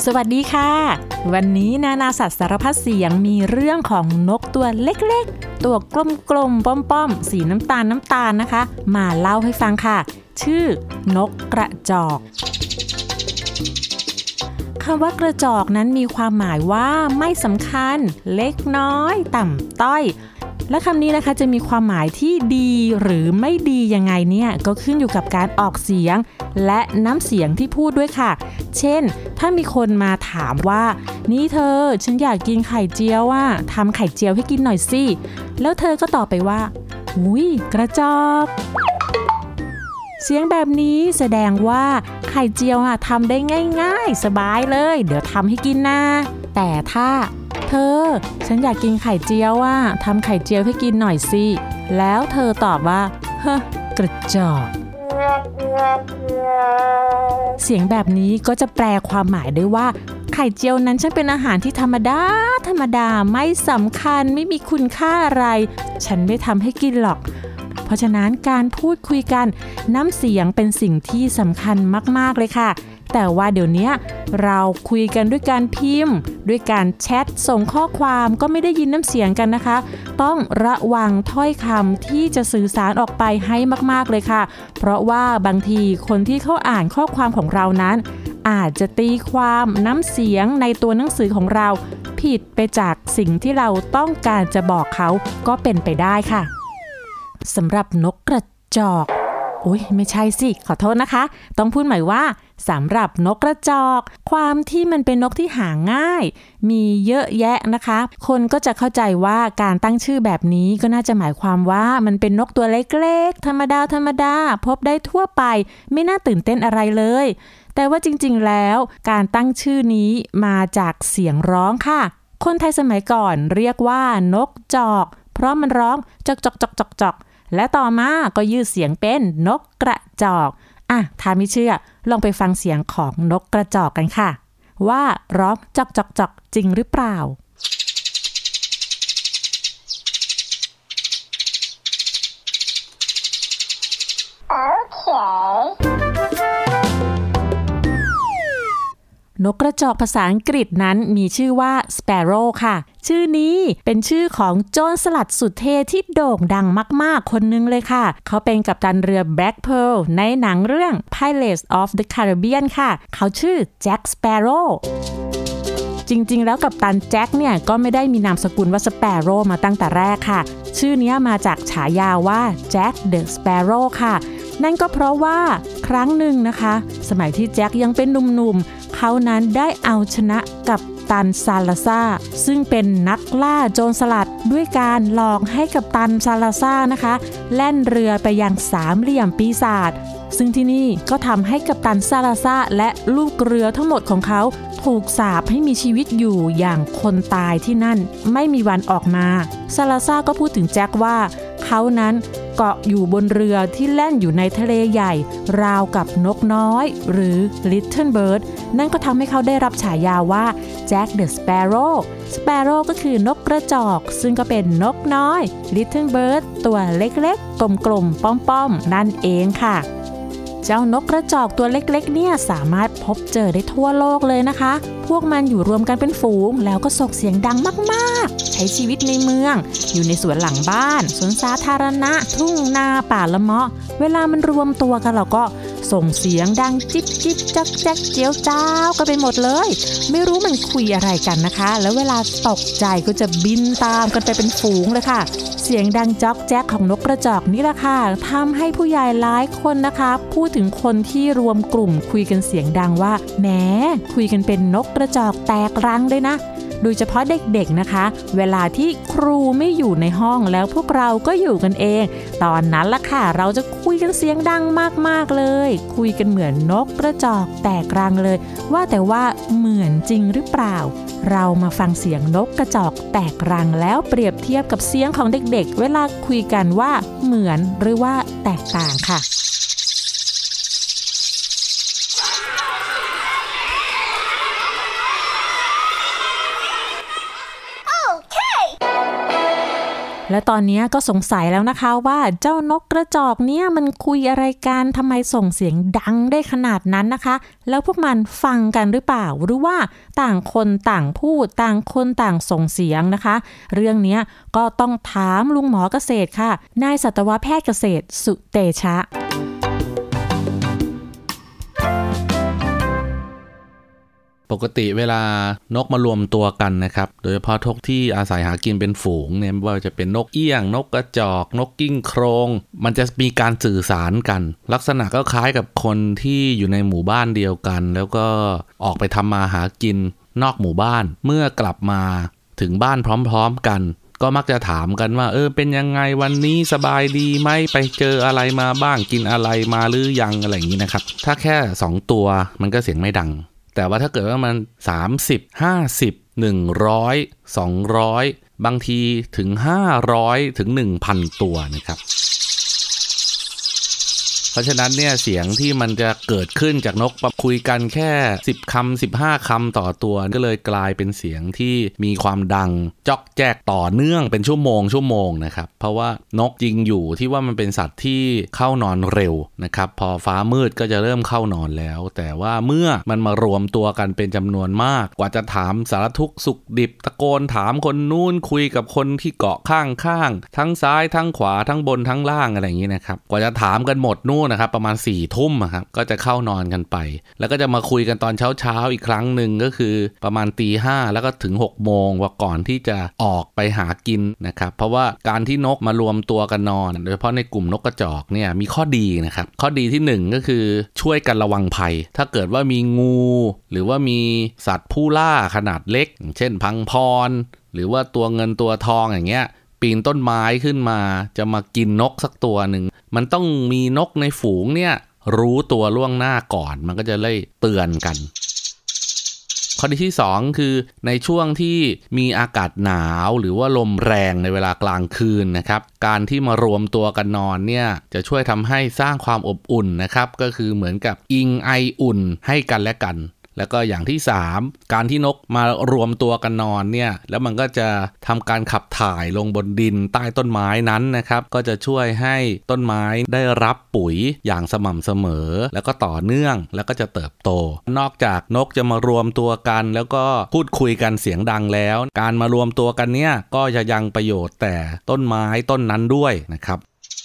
สวัสดีค่ะวันนี้นานาสัตว์สารพัดเสียงมีเรื่องของนกตัวเล็กๆตัวกลมๆป้อมๆสีน้ำตาลนะคะมาเล่าให้ฟังค่ะชื่อนกกระจอกคำว่ากระจอกนั้นมีความหมายว่าไม่สำคัญเล็กน้อยต่ำต้อยและคำนี้นะคะจะมีความหมายที่ดีหรือไม่ดียังไงเนี่ยก็ขึ้นอยู่กับการออกเสียงและน้ำเสียงที่พูดด้วยค่ะเช่นถ้ามีคนมาถามว่านี่เธอฉันอยากกินไข่เจียวอ่ะทำไข่เจียวให้กินหน่อยสิแล้วเธอก็ตอบไปว่าอุ๊ยกระจอกเสียงแบบนี้แสดงว่าไข่เจียวทำได้ง่ายๆสบายเลยเดี๋ยวทำให้กินนะแต่ถ้าเธอฉันอยากกินไข่เจียวอ่ะทำไข่เจียวให้กินหน่อยสิแล้วเธอตอบว่าเฮ้กระจอกเสียงแบบนี้ก็จะแปลความหมายได้ว่าไข่เจียวนั้นฉันเป็นอาหารที่ธรรมดาไม่สำคัญไม่มีคุณค่าอะไรฉันไม่ทำให้กินหรอกเพราะฉะนั้นการพูดคุยกันน้ำเสียงเป็นสิ่งที่สำคัญมากๆเลยค่ะแต่ว่าเดี๋ยวนี้เราคุยกันด้วยการพิมพ์ด้วยการแชทส่งข้อความก็ไม่ได้ยินน้ำเสียงกันนะคะต้องระวังถ้อยคำที่จะสื่อสารออกไปให้มากๆเลยค่ะเพราะว่าบางทีคนที่เขาอ่านข้อความของเรานั้นอาจจะตีความน้ำเสียงในตัวหนังสือของเราผิดไปจากสิ่งที่เราต้องการจะบอกเขาก็เป็นไปได้ค่ะสำหรับนกกระจอกอุ๊ยไม่ใช่สิขอโทษนะคะต้องพูดใหม่ว่าสำหรับนกกระจอกความที่มันเป็นนกที่หาง่ายมีเยอะแยะนะคะคนก็จะเข้าใจว่าการตั้งชื่อแบบนี้ก็น่าจะหมายความว่ามันเป็นนกตัวเล็กๆธรรมดาพบได้ทั่วไปไม่น่าตื่นเต้นอะไรเลยแต่ว่าจริงๆแล้วการตั้งชื่อนี้มาจากเสียงร้องค่ะคนไทยสมัยก่อนเรียกว่านกจอกเพราะมันร้องจอกและต่อมาก็ยืดเสียงเป็นนกกระจอกถ้าไม่เชื่อลองไปฟังเสียงของนกกระจอกกันค่ะว่าร้องจอกจริงหรือเปล่านกกระจอกภาษาอังกฤษนั้นมีชื่อว่า Sparrow ค่ะชื่อนี้เป็นชื่อของโจรสลัดสุดเท่ที่โด่งดังมากๆคนนึงเลยค่ะเขาเป็นกัปตันเรือ Black Pearl ในหนังเรื่อง Pirates of the Caribbean ค่ะเขาชื่อ Jack Sparrow จริงๆแล้วกัปตันแจ็คเนี่ยก็ไม่ได้มีนามสกุลว่า Sparrow มาตั้งแต่แรกค่ะชื่อนี้มาจากฉายาว่า Jack the Sparrow ค่ะนั่นก็เพราะว่าครั้งหนึ่งนะคะสมัยที่แจ็คยังเป็นหนุ่มๆเขานั้นได้เอาชนะกัปตันซาลาซาซึ่งเป็นนักล่าโจรสลัดด้วยการหลอกให้กัปตันซาลาซานะคะแล่นเรือไปยังสามเหลี่ยมปีศาจซึ่งที่นี่ก็ทำให้กัปตันซาลาซาและลูกเรือทั้งหมดของเขาถูกสาปให้มีชีวิตอยู่อย่างคนตายที่นั่นไม่มีวันออกมาซาลาซาก็พูดถึงแจ็คว่าเขานั้นเกาะอยู่บนเรือที่แล่นอยู่ในทะเลใหญ่ราวกับนกน้อยหรือ Little Bird นั่นก็ทำให้เขาได้รับฉายาว่า Jack the Sparrow Sparrow ก็คือนกกระจอกซึ่งก็เป็นนกน้อย Little Bird ตัวเล็กๆกลมๆป้อมๆนั่นเองค่ะเจ้านกกระจอกตัวเล็กๆเนี่ยสามารถพบเจอได้ทั่วโลกเลยนะคะพวกมันอยู่รวมกันเป็นฝูงแล้วก็ส่งเสียงดังมากๆใช้ชีวิตในเมืองอยู่ในสวนหลังบ้านสวนสาธารณะทุ่งนาป่าละเมาะเวลามันรวมตัวกันเราก็ส่งเสียงดังจิ๊บจิ๊บจักแจ๊กเจียวจ้าวกันไปหมดเลยไม่รู้มันคุยอะไรกันนะคะแล้วเวลาตกใจก็จะบินตามกันไปเป็นฝูงเลยค่ะเสียงดังจ๊อกแจ๊กของนกกระจอกนี่แหละค่ะทำให้ผู้ใหญ่หลายคนนะคะพูดถึงคนที่รวมกลุ่มคุยกันเสียงดังว่าแหมคุยกันเป็นนกกระจอกแตกรังเลยนะโดยเฉพาะเด็กๆนะคะเวลาที่ครูไม่อยู่ในห้องแล้วพวกเราก็อยู่กันเองตอนนั้นล่ะค่ะเราจะคุยกันเสียงดังมากๆเลยคุยกันเหมือนนกกระจอกแตกรังเลยว่าแต่ว่าเหมือนจริงหรือเปล่าเรามาฟังเสียงนกกระจอกแตกรังแล้วเปรียบเทียบกับเสียงของเด็กๆเวลาคุยกันว่าเหมือนหรือว่าแตกต่างค่ะและตอนนี้ก็สงสัยแล้วนะคะว่าเจ้านกกระจอกเนี่ยมันคุยอะไรกันทำไมส่งเสียงดังได้ขนาดนั้นนะคะแล้วพวกมันฟังกันหรือเปล่าหรือว่าต่างคนต่างพูดต่างคนต่างส่งเสียงนะคะเรื่องนี้ก็ต้องถามลุงหมอเกษตรค่ะนายสัตวแพทย์เกษตรสุเตชะปกติเวลานกมารวมตัวกันนะครับโดยเฉพาะนกที่อาศัยหากินเป็นฝูงเนี่ยไม่ว่าจะเป็นนกเอี้ยงนกกระจอกนกกิ้งโครงมันจะมีการสื่อสารกันลักษณะก็คล้ายกับคนที่อยู่ในหมู่บ้านเดียวกันแล้วก็ออกไปทำมาหากินนอกหมู่บ้านเมื่อกลับมาถึงบ้านพร้อมๆกันก็มักจะถามกันว่าเป็นยังไงวันนี้สบายดีไหมไปเจออะไรมาบ้างกินอะไรมาหรือยังอะไรอย่างนี้นะครับถ้าแค่2ตัวมันก็เสียงไม่ดังแต่ว่าถ้าเกิดว่ามัน30 50 100 200บางทีถึง500ถึง 1,000 ตัวนะครับเพราะฉะนั้นเนี่ยเสียงที่มันจะเกิดขึ้นจากนกคุยกันแค่10คำ15คำต่อตัวก็เลยกลายเป็นเสียงที่มีความดังจ๊อกแจ๊กต่อเนื่องเป็นชั่วโมงนะครับเพราะว่านกจริงอยู่ที่ว่ามันเป็นสัตว์ที่เข้านอนเร็วนะครับพอฟ้ามืดก็จะเริ่มเข้านอนแล้วแต่ว่าเมื่อมันมารวมตัวกันเป็นจำนวนมากกว่าจะถามสารทุกข์สุขดิบตะโกนถามคนนู้นคุยกับคนที่เกาะข้างทั้งซ้ายทั้งขวาทั้งบนทั้งล่างอะไรอย่างนี้นะครับกว่าจะถามกันหมดนู่นนะครับประมาณ4 ทุ่มครับก็จะเข้านอนกันไปแล้วก็จะมาคุยกันตอนเช้าอีกครั้งหนึ่งก็คือประมาณ5:00แล้วก็ถึง6 โมงว่าก่อนที่จะออกไปหากินนะครับเพราะว่าการที่นกมารวมตัวกันนอนโดยเฉพาะในกลุ่มนกกระจอกเนี่ยมีข้อดีนะครับข้อดีที่1ก็คือช่วยกันระวังภัยถ้าเกิดว่ามีงูหรือว่ามีสัตว์ผู้ล่าขนาดเล็กอย่างเช่นพังพรหรือว่าตัวเงินตัวทองอย่างเงี้ยปีนต้นไม้ขึ้นมาจะมากินนกสักตัวหนึ่งมันต้องมีนกในฝูงเนี่ยรู้ตัวล่วงหน้าก่อนมันก็จะเลยเตือนกันข้อที่2คือในช่วงที่มีอากาศหนาวหรือว่าลมแรงในเวลากลางคืนนะครับการที่มารวมตัวกันนอนเนี่ยจะช่วยทำให้สร้างความอบอุ่นนะครับก็คือเหมือนกับอิงไออุ่นให้กันและกันแล้วก็อย่างที่3การที่นกมารวมตัวกันนอนเนี่ยแล้วมันก็จะทำการขับถ่ายลงบนดินใต้ต้นไม้นั้นนะครับก็จะช่วยให้ต้นไม้ได้รับปุ๋ยอย่างสม่ำเสมอแล้วก็ต่อเนื่องแล้วก็จะเติบโตนอกจากนกจะมารวมตัวกันแล้วก็พูดคุยกันเสียงดังแล้วการมารวมตัวกันเนี่ยก็จะยังประโยชน์แต่ต้นไม้ต้นนั้นด้วยนะครับ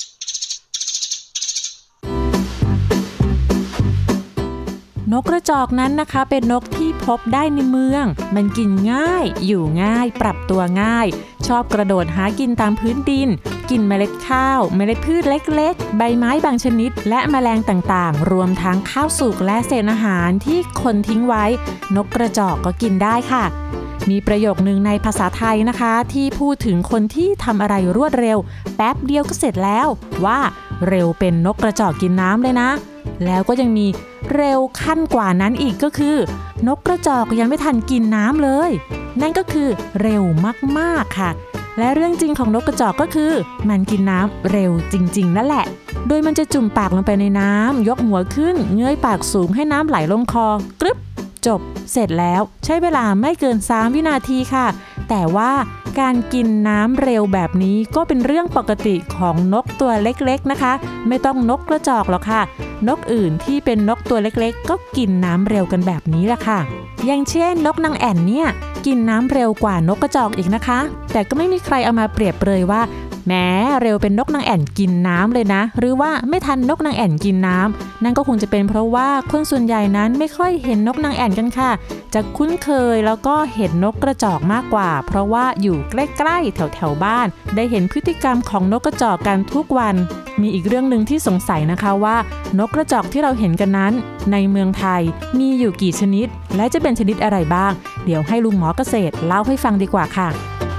นกกระจอกนั้นนะคะเป็นนกที่พบได้ในเมืองมันกินง่ายอยู่ง่ายปรับตัวง่ายชอบกระโดดหากินตามพื้นดินกินเมล็ดข้าวเมล็ดพืชเล็กๆใบไม้บางชนิดและแมลงต่างๆรวมทั้งข้าวสุกและเศษอาหารที่คนทิ้งไว้นกกระจอกก็กินได้ค่ะมีประโยคนึงในภาษาไทยนะคะที่พูดถึงคนที่ทำอะไรรวดเร็วแป๊บเดียวก็เสร็จแล้วว่าเร็วเป็นนกกระจอกกินน้ำเลยนะแล้วก็ยังมีเร็วขั้นกว่านั้นอีกก็คือนกกระจอกยังไม่ทันกินน้ำเลยนั่นก็คือเร็วมากๆค่ะและเรื่องจริงของนกกระจอกก็คือมันกินน้ำเร็วจริงๆนั่นแหละโดยมันจะจุ่มปากลงไปในน้ำยกหัวขึ้นเงยปากสูงให้น้ำไหลลงคอกรึบจบเสร็จแล้วใช้เวลาไม่เกิน3 วินาทีค่ะแต่ว่าการกินน้ำเร็วแบบนี้ก็เป็นเรื่องปกติของนกตัวเล็กๆนะคะไม่ต้องนกกระจอกหรอกค่ะนกอื่นที่เป็นนกตัวเล็กๆก็กินน้ำเร็วกันแบบนี้แหละค่ะอย่างเช่นนกนางแอ่นเนี่ยกินน้ำเร็วกว่านกกระจอกอีกนะคะแต่ก็ไม่มีใครเอามาเปรียบเลยว่าแม้เร็วเป็นนกนางแอ่นกินน้ำเลยนะหรือว่าไม่ทันนกนางแอ่นกินน้ำนั่นก็คงจะเป็นเพราะว่าคนส่วนใหญ่นั้นไม่ค่อยเห็นนกนางแอ่นกันค่ะจะคุ้นเคยแล้วก็เห็นนกกระจอกมากกว่าเพราะว่าอยู่ใกล้ๆแถวๆบ้านได้เห็นพฤติกรรมของนกกระจอกกันทุกวันมีอีกเรื่องนึงที่สงสัยนะคะว่านกกระจอกที่เราเห็นกันนั้นในเมืองไทยมีอยู่กี่ชนิดและจะเป็นชนิดอะไรบ้างเดี๋ยวให้ลุงหมอเกษตรเล่าให้ฟังดีกว่าค่ะ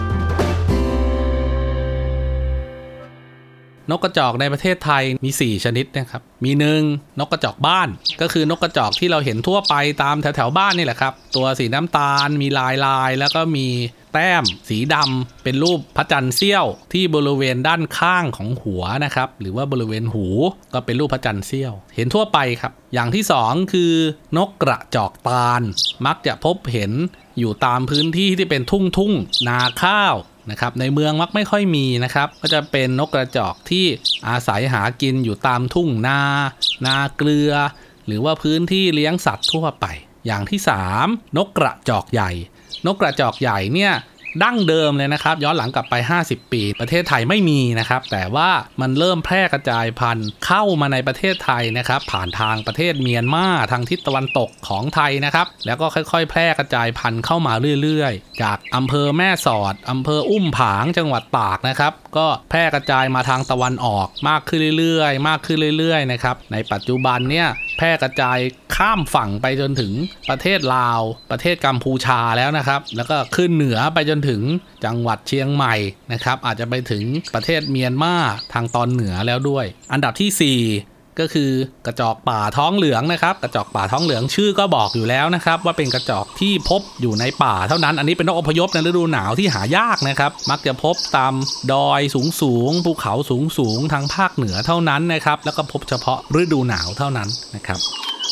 นกกระจอกในประเทศไทยมี4ชนิดนะครับมี1นกกระจอกบ้านก็คือนกกระจอกที่เราเห็นทั่วไปตามแถวๆบ้านนี่แหละครับตัวสีน้ำตาลมีลายแล้วก็มีแต้มสีดำเป็นรูปพระจันทร์เสี้ยวที่บริเวณด้านข้างของหัวนะครับหรือว่าบริเวณหูก็เป็นรูปพระจันทร์เสี้ยวเห็นทั่วไปครับอย่างที่2คือนกกระจอกตาลมักจะพบเห็นอยู่ตามพื้นที่ที่เป็นทุ่งนาข้าวนะครับในเมืองมักไม่ค่อยมีนะครับก็จะเป็นนกกระจอกที่อาศัยหากินอยู่ตามทุ่งนาเกลือหรือว่าพื้นที่เลี้ยงสัตว์ทั่วไปอย่างที่3นกกระจอกใหญ่นกกระจอกใหญ่เนี่ยดั้งเดิมเลยนะครับย้อนหลังกลับไป50ปีประเทศไทยไม่มีนะครับแต่ว่ามันเริ่มแพร่กระจายพันธุ์เข้ามาในประเทศไทยนะครับผ่านทางประเทศเมียนมาทางทิศตะวันตกของไทยนะครับแล้วก็ค่อยๆแพร่กระจายพันธุ์เข้ามาเรื่อยๆจากอำเภอแม่สอดอำเภออุ้มผางจังหวัดตากนะครับก็แพร่กระจายมาทางตะวันออกมากขึ้นเรื่อยๆนะครับในปัจจุบันเนี่ยแพร่กระจายข้ามฝั่งไปจนถึงประเทศลาวประเทศกัมพูชาแล้วนะครับแล้วก็ขึ้นเหนือไปจนถึงจังหวัดเชียงใหม่นะครับอาจจะไปถึงประเทศเมียนมาทางตอนเหนือแล้วด้วยอันดับที่4ก็คือกระจอกป่าท้องเหลืองนะครับกระจอกป่าท้องเหลืองชื่อก็บอกอยู่แล้วนะครับว่าเป็นกระจอกที่พบอยู่ในป่าเท่านั้นอันนี้เป็นนกอพยพในฤดูหนาวที่หายากนะครับมักจะพบตามดอยสูงภูเขาสูงทางภาคเหนือเท่านั้นนะครับแล้วก็พบเฉพาะฤดูหนาวเท่านั้นนะครับ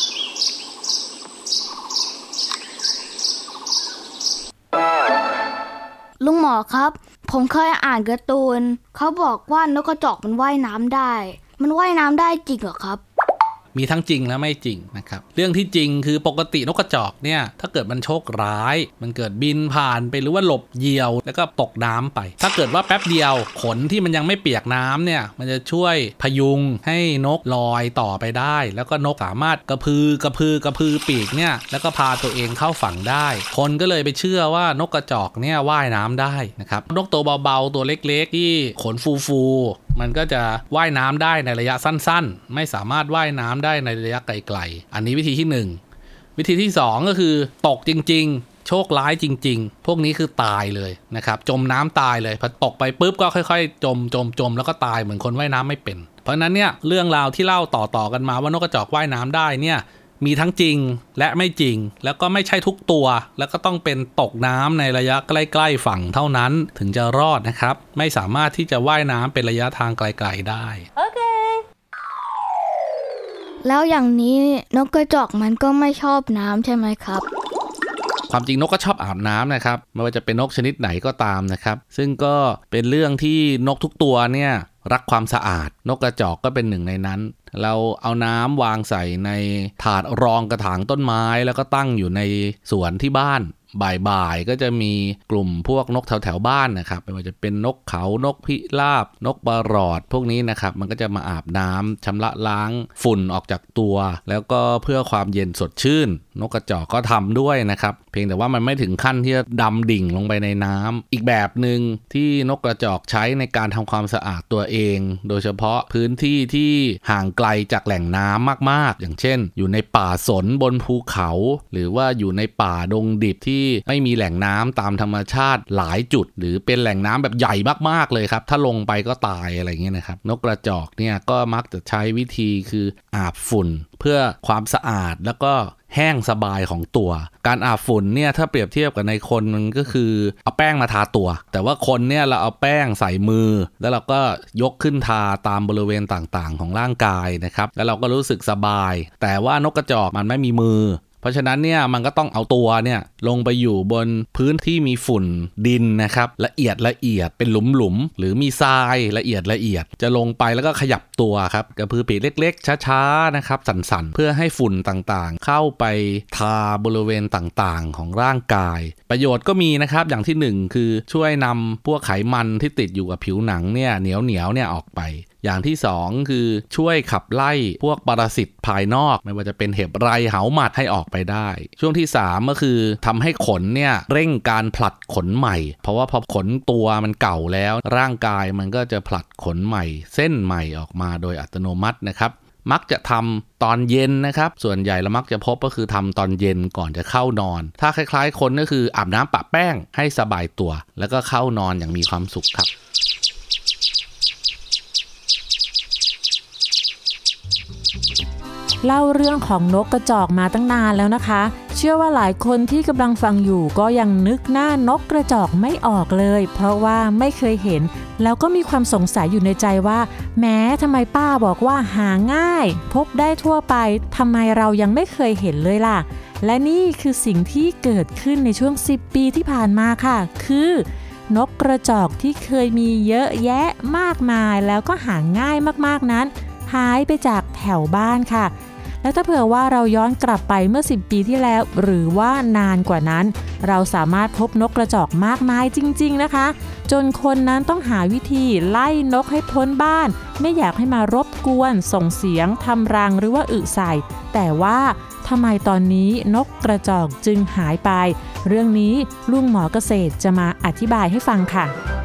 ลุงหมอครับผมเคยอ่านการ์ตูนเขาบอกว่านกกระจอกมันว่ายน้ำได้มันว่ายน้ำได้จริงเหรอครับมีทั้งจริงและไม่จริงนะครับเรื่องที่จริงคือปกตินกกระจอกเนี่ยถ้าเกิดมันโชคร้ายมันเกิดบินผ่านไปหรือว่าหลบเหยี่ยวแล้วก็ตกน้ำไปถ้าเกิดว่าแป๊บเดียวขนที่มันยังไม่เปียกน้ำเนี่ยมันจะช่วยพยุงให้นกลอยต่อไปได้แล้วก็นกสามารถกระพือปีกเนี่ยแล้วก็พาตัวเองเข้าฝั่งได้คนก็เลยไปเชื่อว่านกกระจอกเนี่ยว่ายน้ำได้นะครับนกตัวเบาๆตัวเล็กๆที่ขนฟูมันก็จะว่ายน้ำได้ในระยะสั้นๆไม่สามารถว่ายน้ำได้ในระยะไกลๆอันนี้วิธีที่1วิธีที่2ก็คือตกจริงๆโชคร้ายจริงๆพวกนี้คือตายเลยนะครับจมน้ำตายเลยพอตกไปปุ๊บก็ค่อยๆจมแล้วก็ตายเหมือนคนว่ายน้ำไม่เป็นเพราะนั้นเนี่ยเรื่องราวที่เล่าต่อกันมาว่านกกระจอกว่ายน้ำได้เนี่ยมีทั้งจริงและไม่จริงแล้วก็ไม่ใช่ทุกตัวแล้วก็ต้องเป็นตกน้ำในระยะใกล้ๆฝั่งเท่านั้นถึงจะรอดนะครับไม่สามารถที่จะว่ายน้ำเป็นระยะทางไกลๆได้โอเคแล้วอย่างนี้นกกระจอกมันก็ไม่ชอบน้ำใช่ไหมครับความจริงนกก็ชอบอาบน้ำนะครับไม่ว่าจะเป็นนกชนิดไหนก็ตามนะครับซึ่งก็เป็นเรื่องที่นกทุกตัวเนี่ยรักความสะอาดนกกระจอกก็เป็นหนึ่งในนั้นเราเอาน้ำวางใส่ในถาดรองกระถางต้นไม้แล้วก็ตั้งอยู่ในสวนที่บ้านบ่ายๆก็จะมีกลุ่มพวกนกแถวๆบ้านนะครับไม่ว่าจะเป็นนกเขานกพิราบนกปรอดพวกนี้นะครับมันก็จะมาอาบน้ำชำระล้างฝุ่นออกจากตัวแล้วก็เพื่อความเย็นสดชื่นนกกระจอกก็ทำด้วยนะครับเพียงแต่ว่ามันไม่ถึงขั้นที่จะดำดิ่งลงไปในน้ำอีกแบบหนึ่งที่นกกระจอกใช้ในการทำความสะอาดตัวเองโดยเฉพาะพื้นที่ที่ห่างไกลจากแหล่งน้ำมากๆอย่างเช่นอยู่ในป่าสนบนภูเขาหรือว่าอยู่ในป่าดงดิบที่ไม่มีแหล่งน้ำตามธรรมชาติหลายจุดหรือเป็นแหล่งน้ำแบบใหญ่มากๆเลยครับถ้าลงไปก็ตายอะไรเงี้ยนะครับนกกระจอกเนี่ยก็มักจะใช้วิธีคืออาบฝุ่นเพื่อความสะอาดแล้วก็แห้งสบายของตัวการอาบฝุ่นเนี่ยถ้าเปรียบเทียบกับในคนมันก็คือเอาแป้งมาทาตัวแต่ว่าคนเนี่ยเราเอาแป้งใส่มือแล้วเราก็ยกขึ้นทาตามบริเวณต่างๆของร่างกายนะครับแล้วเราก็รู้สึกสบายแต่ว่านกกระจอกมันไม่มีมือเพราะฉะนั้นเนี่ยมันก็ต้องเอาตัวเนี่ยลงไปอยู่บนพื้นที่มีฝุ่นดินนะครับละเอียดเป็นหลุมหรือมีทรายละเอียดจะลงไปแล้วก็ขยับตัวครับกระพือปีกเล็กๆช้าๆนะครับสั่นๆเพื่อให้ฝุ่นต่างๆเข้าไปทาบริเวณต่างๆของร่างกายประโยชน์ก็มีนะครับอย่างที่1คือช่วยนำพวกไขมันที่ติดอยู่กับผิวหนังเนี่ยเหนียวเนี่ยออกไปอย่างที่2คือช่วยขับไล่พวกปรสิตภายนอกไม่ว่าจะเป็นเห็บไรเหาหมัดให้ออกไปได้ช่วงที่3ก็คือทำให้ขนเนี่ยเร่งการผลัดขนใหม่เพราะว่าพอขนตัวมันเก่าแล้วร่างกายมันก็จะผลัดขนใหม่เส้นใหม่ออกมาโดยอัตโนมัตินะครับมักจะทำตอนเย็นนะครับส่วนใหญ่เรามักจะพบก็คือทำตอนเย็นก่อนจะเข้านอนถ้าคล้ายๆคนก็คืออาบน้ำปะแป้งให้สบายตัวแล้วก็เข้านอนอย่างมีความสุขครับเล่าเรื่องของนกกระจอกมาตั้งนานแล้วนะคะเชื่อว่าหลายคนที่กำลังฟังอยู่ก็ยังนึกหน้านกกระจอกไม่ออกเลยเพราะว่าไม่เคยเห็นแล้วก็มีความสงสัยอยู่ในใจว่าแม้ทำไมป้าบอกว่าหาง่ายพบได้ทั่วไปทำไมเรายังไม่เคยเห็นเลยล่ะและนี่คือสิ่งที่เกิดขึ้นในช่วง10 ปีที่ผ่านมาค่ะคือนกกระจอกที่เคยมีเยอะแยะมากมายแล้วก็หาง่ายมากๆนั้นหายไปจากแถวบ้านค่ะและถ้าเผื่อว่าเราย้อนกลับไปเมื่อ10 ปีที่แล้วหรือว่านานกว่านั้นเราสามารถพบนกกระจอกมากมายจริงๆนะคะจนคนนั้นต้องหาวิธีไล่นกให้พ้นบ้านไม่อยากให้มารบกวนส่งเสียงทำรังหรือว่าอึใส่แต่ว่าทำไมตอนนี้นกกระจอกจึงหายไปเรื่องนี้ลุงหมอเกษตรจะมาอธิบายให้ฟังค่ะ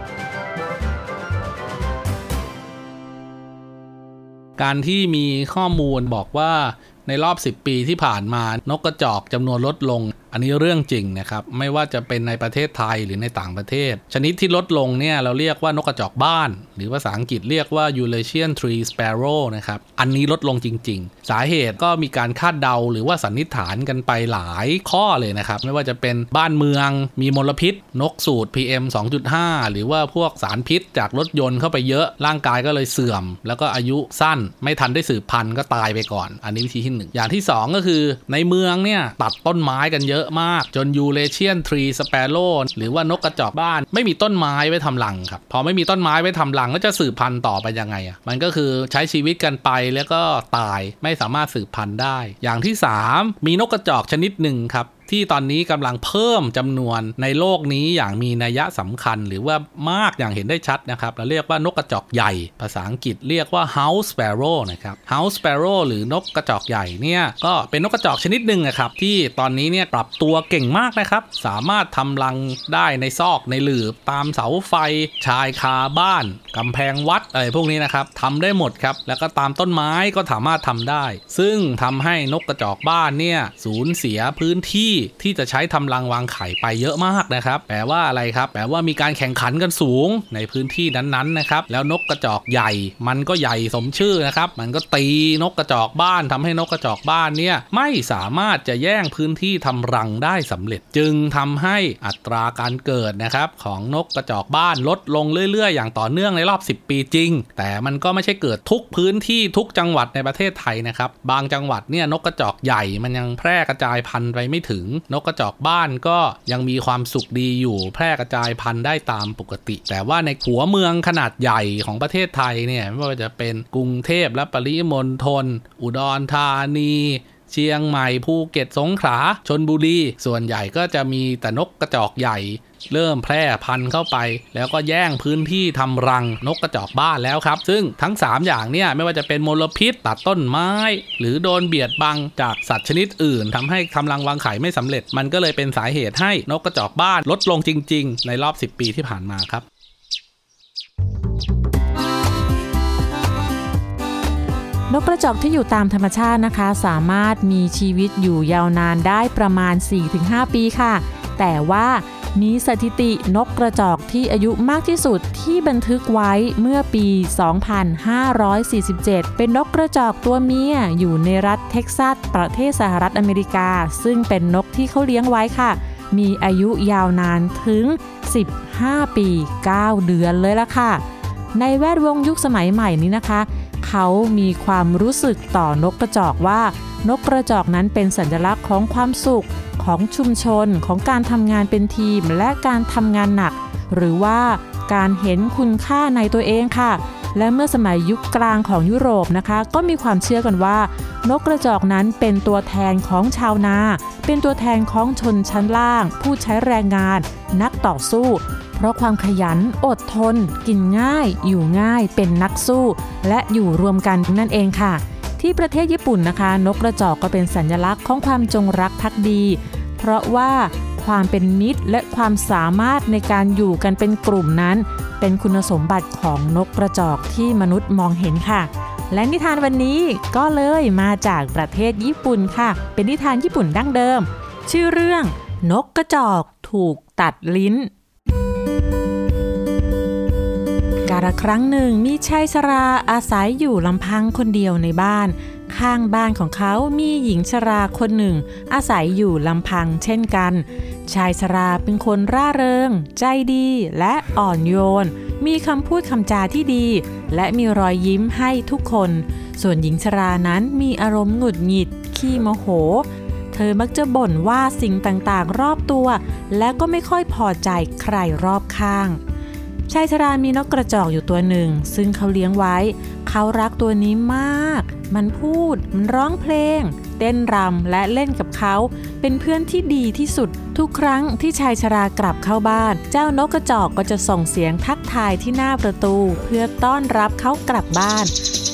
การที่มีข้อมูลบอกว่าในรอบ10 ปีที่ผ่านมานกกระจอกจำนวนลดลงอันนี้เรื่องจริงนะครับไม่ว่าจะเป็นในประเทศไทยหรือในต่างประเทศชนิดที่ลดลงเนี่ยเราเรียกว่านกกระจอกบ้านหรือภาษาอังกฤษเรียกว่า Eurasian Tree Sparrow นะครับอันนี้ลดลงจริงๆสาเหตุก็มีการคาดเดาหรือว่าสันนิษฐานกันไปหลายข้อเลยนะครับไม่ว่าจะเป็นบ้านเมืองมีมลพิษนกสูด PM 2.5 หรือว่าพวกสารพิษจากรถยนต์เข้าไปเยอะร่างกายก็เลยเสื่อมแล้วก็อายุสั้นไม่ทันได้สืบพันธุ์ก็ตายไปก่อนอันนี้วิธีที่1อย่างที่2ก็คือในเมืองเนี่ยตัดต้นไม้กันเยอะมากจน Eurasian Tree Sparrow หรือว่านกกระจอกบ้านไม่มีต้นไม้ไว้ทำรังครับพอไม่มีต้นไม้ไว้ทำรังก็จะสืบพันธุ์ต่อไปยังไงมันก็คือใช้ชีวิตกันไปแล้วก็ตายไม่สามารถสืบพันธุ์ได้อย่างที่3มีนกกระจอกชนิดหนึ่งครับที่ตอนนี้กำลังเพิ่มจำนวนในโลกนี้อย่างมีนัยสำคัญหรือว่ามากอย่างเห็นได้ชัดนะครับเราเรียกว่านกกระจอกใหญ่ภาษาอังกฤษเรียกว่า House Sparrow นะครับ House Sparrow หรือนกกระจอกใหญ่เนี่ยก็เป็นนกกระจอกชนิดหนึ่งนะครับที่ตอนนี้เนี่ยปรับตัวเก่งมากนะครับสามารถทำรังได้ในซอกในหลืบตามเสาไฟชายคาบ้านกำแพงวัดอะไรพวกนี้นะครับทำได้หมดครับแล้วก็ตามต้นไม้ก็สามารถทำได้ซึ่งทำให้นกกระจอกบ้านเนี่ยสูญเสียพื้นที่ที่จะใช้ทำรังวางไข่ไปเยอะมากนะครับแปลว่าอะไรครับแปลว่ามีการแข่งขันกันสูงในพื้นที่นั้นๆนะครับแล้วนกกระจอกใหญ่มันก็ใหญ่สมชื่อนะครับมันก็ตีนกกระจอกบ้านทำให้นกกระจอกบ้านเนี่ยไม่สามารถจะแย่งพื้นที่ทำรังได้สำเร็จจึงทำให้อัตราการเกิดนะครับของนกกระจอกบ้านลดลงเรื่อยๆอย่างต่อเนื่องในรอบ10 ปีจริงแต่มันก็ไม่ใช่เกิดทุกพื้นที่ทุกจังหวัดในประเทศไทยนะครับบางจังหวัดเนี่ยนกกระจอกใหญ่มันยังแพร่กระจายพันธุ์ไปไม่ถึงนกกระจอกบ้านก็ยังมีความสุขดีอยู่แพร่กระจายพันธุ์ได้ตามปกติแต่ว่าในหัวเมืองขนาดใหญ่ของประเทศไทยเนี่ยไม่ว่าจะเป็นกรุงเทพและปริมณฑลอุดรธานีเชียงใหม่ภูเก็ตสงขลาชลบุรีส่วนใหญ่ก็จะมีแต่นกกระจอกใหญ่เริ่มแพร่พันธุ์เข้าไปแล้วก็แย่งพื้นที่ทำรังนกกระจอกบ้านแล้วครับซึ่งทั้ง3อย่างเนี่ยไม่ว่าจะเป็นมลพิษตัดต้นไม้หรือโดนเบียดบังจากสัตว์ชนิดอื่นทำให้ทำรังวางไข่ไม่สำเร็จมันก็เลยเป็นสาเหตุให้นกกระจอกบ้านลดลงจริงๆในรอบ10 ปีที่ผ่านมาครับนกกระจอกที่อยู่ตามธรรมชาตินะคะสามารถมีชีวิตอยู่ยาวนานได้ประมาณ 4-5 ปีค่ะแต่ว่ามีสถิตินกกระจอกที่อายุมากที่สุดที่บันทึกไว้เมื่อปี 2547 เป็นนกกระจอกตัวเมียอยู่ในรัฐเท็กซัสประเทศสหรัฐอเมริกาซึ่งเป็นนกที่เขาเลี้ยงไว้ค่ะมีอายุยาวนานถึง 15 ปี 9 เดือนเลยล่ะค่ะในแวดวงยุคสมัยใหม่นี้นะคะเขามีความรู้สึกต่อนกกระจอกว่านกกระจอกนั้นเป็นสัญลักษณ์ของความสุขของชุมชนของการทำงานเป็นทีมและการทำงานหนักหรือว่าการเห็นคุณค่าในตัวเองค่ะและเมื่อสมัยยุคกลางของยุโรปนะคะก็มีความเชื่อกันว่านกกระจอกนั้นเป็นตัวแทนของชาวนาเป็นตัวแทนของชนชั้นล่างผู้ใช้แรงงานนักต่อสู้เพราะความขยันอดทนกินง่ายอยู่ง่ายเป็นนักสู้และอยู่รวมกันนั่นเองค่ะที่ประเทศญี่ปุ่นนะคะนกกระจอกก็เป็นสัญลักษณ์ของความจงรักภักดีเพราะว่าความเป็นมิตรและความสามารถในการอยู่กันเป็นกลุ่มนั้นเป็นคุณสมบัติของนกกระจอกที่มนุษย์มองเห็นค่ะและนิทานวันนี้ก็เลยมาจากประเทศญี่ปุ่นค่ะเป็นนิทานญี่ปุ่นดั้งเดิมชื่อเรื่องนกกระจอกถูกตัดลิ้นกาลครั้งหนึ่งมีชายชราอาศัยอยู่ลำพังคนเดียวในบ้านข้างบ้านของเขามีหญิงชราคนหนึ่งอาศัยอยู่ลำพังเช่นกันชายชราเป็นคนร่าเริงใจดีและอ่อนโยนมีคำพูดคำจาที่ดีและมีรอยยิ้มให้ทุกคนส่วนหญิงชรานั้นมีอารมณ์หงุดหงิดขี้โมโหเธอมักจะบ่นว่าสิ่งต่างๆรอบตัวและก็ไม่ค่อยพอใจใครรอบข้างชายชรามีนกกระจอกอยู่ตัวหนึ่งซึ่งเขาเลี้ยงไว้เขารักตัวนี้มากมันพูดมันร้องเพลงเต้นรำและเล่นกับเขาเป็นเพื่อนที่ดีที่สุดทุกครั้งที่ชายชรากลับเข้าบ้านเจ้านกกระจอกก็จะส่งเสียงทักทายที่หน้าประตูเพื่อต้อนรับเขากลับบ้าน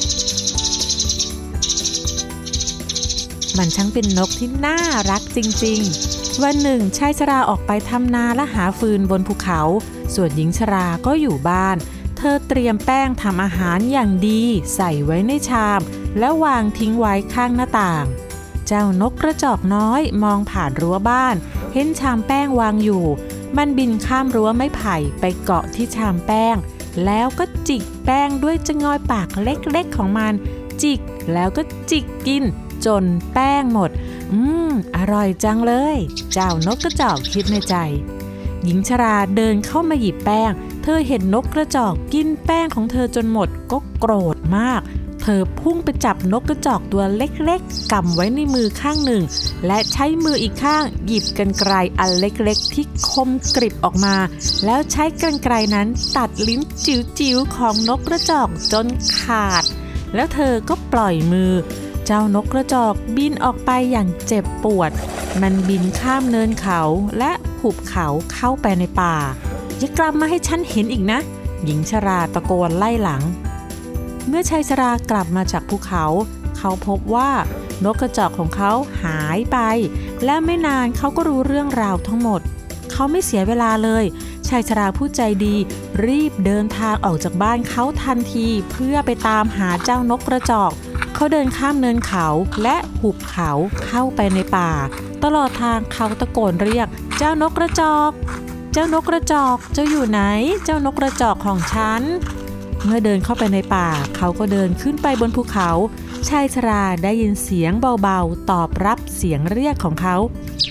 มันช่างเป็นนกที่น่ารักจริงๆวันหนึ่งชายชราออกไปทำนาและหาฟืนบนภูเขาส่วนหญิงชราก็อยู่บ้านเธอเตรียมแป้งทำอาหารอย่างดีใส่ไว้ในชามแล้ววางทิ้งไว้ข้างหน้าต่างเจ้านกกระจอกน้อยมองผ่านรั้วบ้านเห็นชามแป้งวางอยู่มันบินข้ามรั้วไม้ไผ่ไปเกาะที่ชามแป้งแล้วก็จิกแป้งด้วยจะงอยปากเล็กๆของมันจิกแล้วก็จิกกินจนแป้งหมดอร่อยจังเลยเจ้านกกระจอกคิดในใจหญิงชราเดินเข้ามาหยิบแป้งเธอเห็นนกกระจอกกินแป้งของเธอจนหมดก็โกรธมากเธอพุ่งไปจับนกกระจอกตัวเล็กๆกำไว้ในมือข้างหนึ่งและใช้มืออีกข้างหยิบกรรไกรอันเล็กๆที่คมกริบออกมาแล้วใช้กรรไกรนั้นตัดลิ้นจิ๋วๆของนกกระจอกจนขาดแล้วเธอก็ปล่อยมือเจ้านกกระจอกบินออกไปอย่างเจ็บปวดมันบินข้ามเนินเขาและหุบเขาเข้าไปในป่าอย่ากลับมาให้ฉันเห็นอีกนะหญิงชราตะโกนไล่หลังเมื่อชายชรากลับมาจากภูเขาเขาพบว่านกกระจอกของเขาหายไปและไม่นานเขาก็รู้เรื่องราวทั้งหมดเขาไม่เสียเวลาเลยชายชราผู้ใจดีรีบเดินทางออกจากบ้านเขาทันทีเพื่อไปตามหาเจ้านกกระจอกเขาเดินข้ามเนินเขาและหุบเขาเข้าไปในป่าตลอดทางเขาตะโกนเรียกเจ้านกกระจอกเจ้านกกระจอกเจ้าอยู่ไหนเจ้านกกระจอกของฉันเมื่อเดินเข้าไปในป่าเขาก็เดินขึ้นไปบนภูเขาชายชราได้ยินเสียงเบาๆตอบรับเสียงเรียกของเขา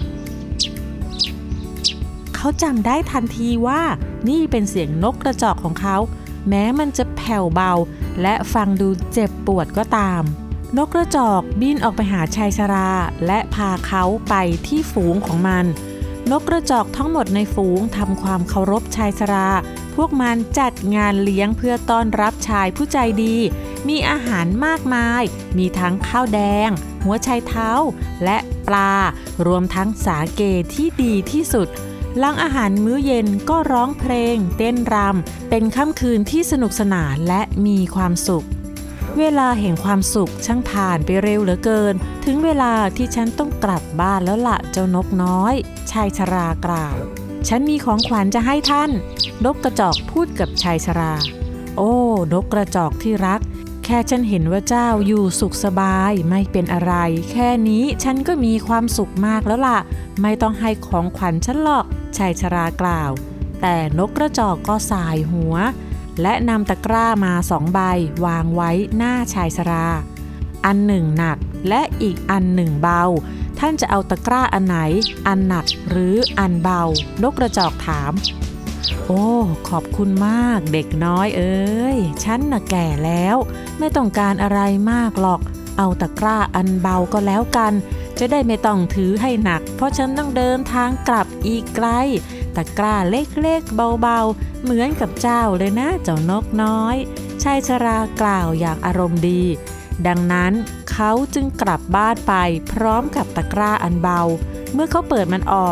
เขาจำได้ทันทีว่านี่เป็นเสียงนกกระจอกของเขาแม้มันจะแผ่วเบาและฟังดูเจ็บปวดก็ตามนกกระจอกบินออกไปหาชายชราและพาเขาไปที่ฝูงของมันนกกระจอกทั้งหมดในฝูงทำความเคารพชายชราพวกมันจัดงานเลี้ยงเพื่อต้อนรับชายผู้ใจดีมีอาหารมากมายมีทั้งข้าวแดงหัวไชเท้าและปลารวมทั้งสาเกที่ดีที่สุดหลังอาหารมื้อเย็นก็ร้องเพลงเต้นรำเป็นค่ำคืนที่สนุกสนานและมีความสุขเวลาแห่งความสุขช่างผ่านไปเร็วเหลือเกินถึงเวลาที่ฉันต้องกลับบ้านแล้วล่ะเจ้านกน้อยชายชรากล่าวฉันมีของขวัญจะให้ท่านนกกระจอกพูดกับชายชราโอ้นกกระจอกที่รักแค่ฉันเห็นว่าเจ้าอยู่สุขสบายไม่เป็นอะไรแค่นี้ฉันก็มีความสุขมากแล้วล่ะไม่ต้องให้ของขวัญฉันหรอกชายชรากล่าวแต่นกกระจอกก็สายหัวและนำตะกร้ามา2 ใบวางไว้หน้าชายชราอันหนึ่งหนักและอีกอันหนึ่งเบาท่านจะเอาตะกร้าอันไหนอันหนักหรืออันเบานกกระจอกถามโอ้ขอบคุณมากเด็กน้อยเอ้ยฉันน่ะแก่แล้วไม่ต้องการอะไรมากหรอกเอาตะกร้าอันเบาก็แล้วกันจะได้ไม่ต้องถือให้หนักเพราะฉันต้องเดินทางกลับอีกไกลตะกร้าเล็กๆเบาๆเหมือนกับเจ้าเลยนะเจ้านกน้อยชายชรากล่าวอย่างอารมณ์ดีดังนั้นเขาจึงกลับบ้านไปพร้อมกับตะกร้าอันเบาเมื่อเขาเปิดมันออก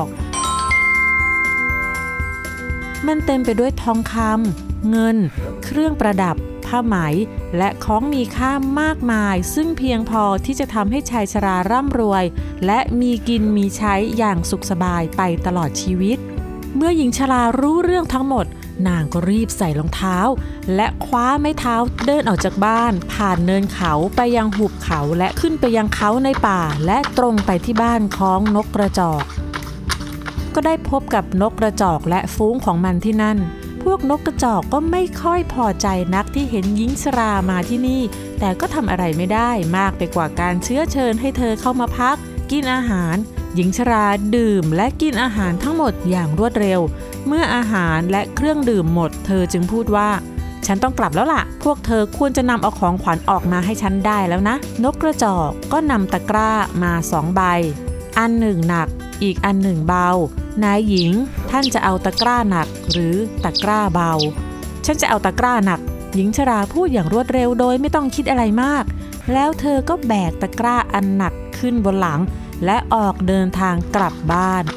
มันเต็มไปด้วยทองคำเงินเครื่องประดับผ้าไหมและของมีค่ามากมายซึ่งเพียงพอที่จะทำให้ชายชราร่ำรวยและมีกินมีใช้อย่างสุขสบายไปตลอดชีวิตเมื่อหญิงชรารู้เรื่องทั้งหมดนางก็รีบใส่รองเท้าและคว้าไม้เท้าเดินออกจากบ้านผ่านเนินเขาไปยังหุบเขาและขึ้นไปยังเขาในป่าและตรงไปที่บ้านของนกกระจอกก็ได้พบกับนกกระจอกและฝูงของมันที่นั่นพวกนกกระจอกก็ไม่ค่อยพอใจนักที่เห็นหญิงชรามาที่นี่แต่ก็ทำอะไรไม่ได้มากไปกว่าการเชื้อเชิญให้เธอเข้ามาพักกินอาหารหญิงชราดื่มและกินอาหารทั้งหมดอย่างรวดเร็วเมื่ออาหารและเครื่องดื่มหมดเธอจึงพูดว่าฉันต้องกลับแล้วล่ะพวกเธอควรจะนำเอาของขวัญออกมาให้ฉันได้แล้วนะนกกระจอกก็นำตะกร้ามา2 ใบอันหนึ่งหนักอีกอันหนึ่งเบานายหญิงท่านจะเอาตะกร้าหนักหรือตะกร้าเบาฉันจะเอาตะกร้าหนักหญิงชราพูดอย่างรวดเร็วโดยไม่ต้องคิดอะไรมากแล้วเธอก็แบกตะกร้าอันหนักขึ้นบนหลังและออกเดินทางกลับบ้าน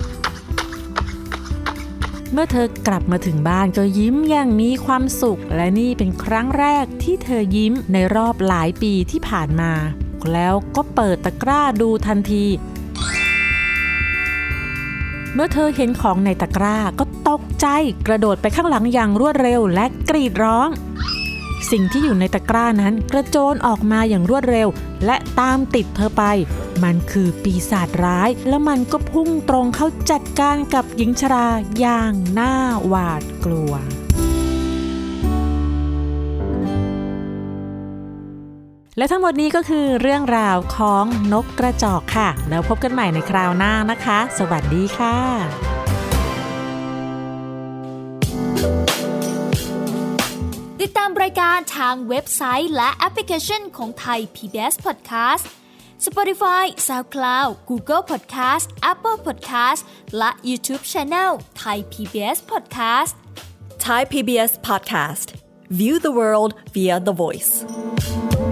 เมื่อเธอกลับมาถึงบ้านก็ยิ้มอย่างมีความสุขและนี่เป็นครั้งแรกที่เธอยิ้มในรอบหลายปีที่ผ่านมาแล้วก็เปิดตะกร้าดูทันทีเมื่อเธอเห็นของในตะกร้าก็ตกใจกระโดดไปข้างหลังอย่างรวดเร็วและกรีดร้องสิ่งที่อยู่ในตะกร้านั้นกระโจนออกมาอย่างรวดเร็วและตามติดเธอไปมันคือปีศาจร้ายและมันก็พุ่งตรงเข้าจัดการกับหญิงชราอย่างน่าหวาดกลัวและทั้งหมดนี้ก็คือเรื่องราวของนกกระจอกค่ะแล้วพบกันใหม่ในคราวหน้านะคะสวัสดีค่ะติดตามรายการทางเว็บไซต์และแอปพลิเคชันของไทย PBS Podcast Spotify, SoundCloud, Google Podcast, Apple Podcast และ YouTube Channel Thai PBS Podcast Thai PBS Podcast. View the world via the voice.